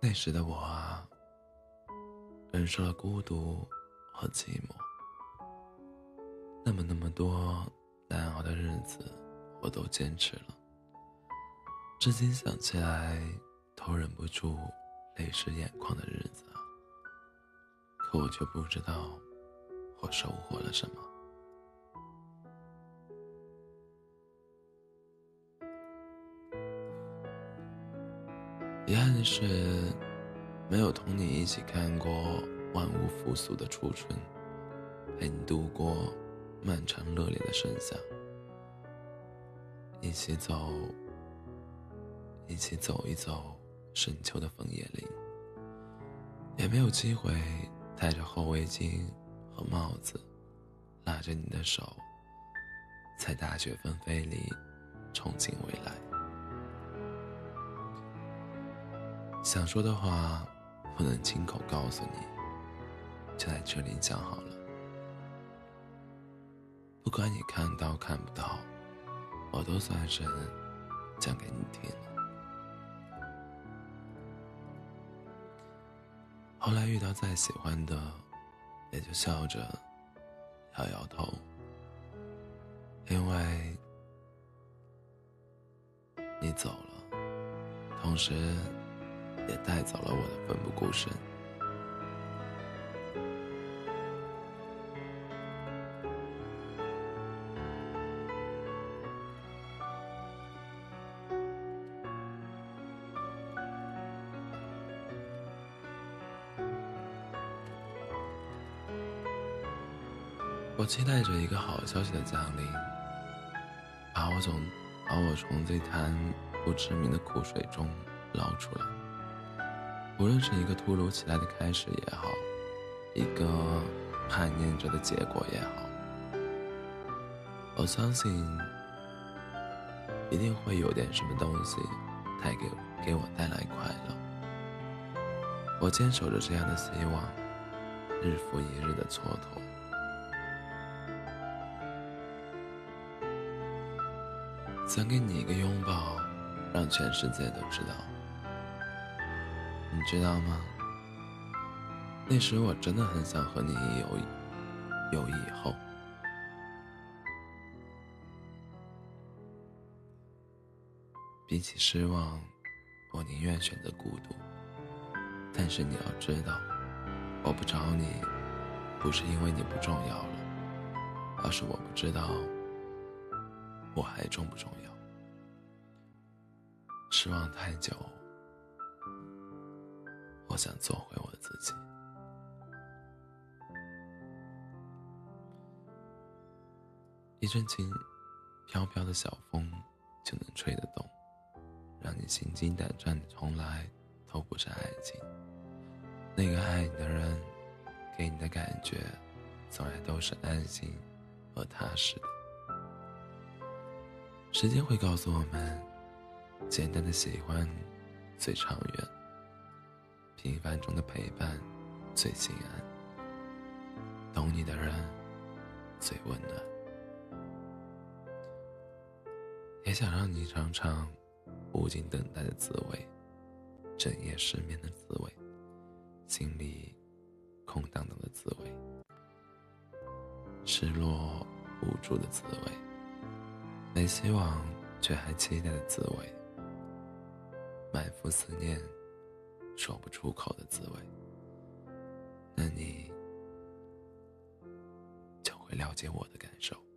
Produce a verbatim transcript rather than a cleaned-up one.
那时的我啊，忍受了孤独和寂寞，那么那么多难熬的日子，我都坚持了。至今想起来，都忍不住泪湿眼眶的日子啊，可我却不知道我收获了什么。遗憾的是，没有同你一起看过万物复苏的初春，陪你度过漫长热烈的盛夏，一起走，一起走一走深秋的枫叶林，也没有机会戴着厚围巾和帽子，拉着你的手，在大雪纷飞里憧憬未来。想说的话不能亲口告诉你，就在这里讲好了。不管你看到看不到，我都算是讲给你听了。后来遇到再喜欢的，也就笑着摇摇头，因为你走了，同时也带走了我的奋不顾身。我期待着一个好消息的降临，把我从把我从这滩不知名的苦水中捞出来。无论是一个突如其来的开始也好，一个盼念着的结果也好，我相信一定会有点什么东西带给给我带来快乐。我坚守着这样的希望，日复一日的蹉跎。想给你一个拥抱，让全世界都知道。你知道吗？那时我真的很想和你有有以后。比起失望，我宁愿选择孤独。但是你要知道，我不找你，不是因为你不重要了，而是我不知道我还重不重要。失望太久，我想做回我自己。一阵轻飘飘的小风就能吹得动，让你心惊胆战的从来都不是爱情。那个爱你的人给你的感觉从来都是安心和踏实的。时间会告诉我们，简单的喜欢最长远，平凡中的陪伴最心安，懂你的人最温暖。也想让你尝尝无尽等待的滋味，整夜失眠的滋味，心里空荡荡的滋味，失落无助的滋味，没希望却还期待的滋味，满腹思念说不出口的滋味。那你就会了解我的感受。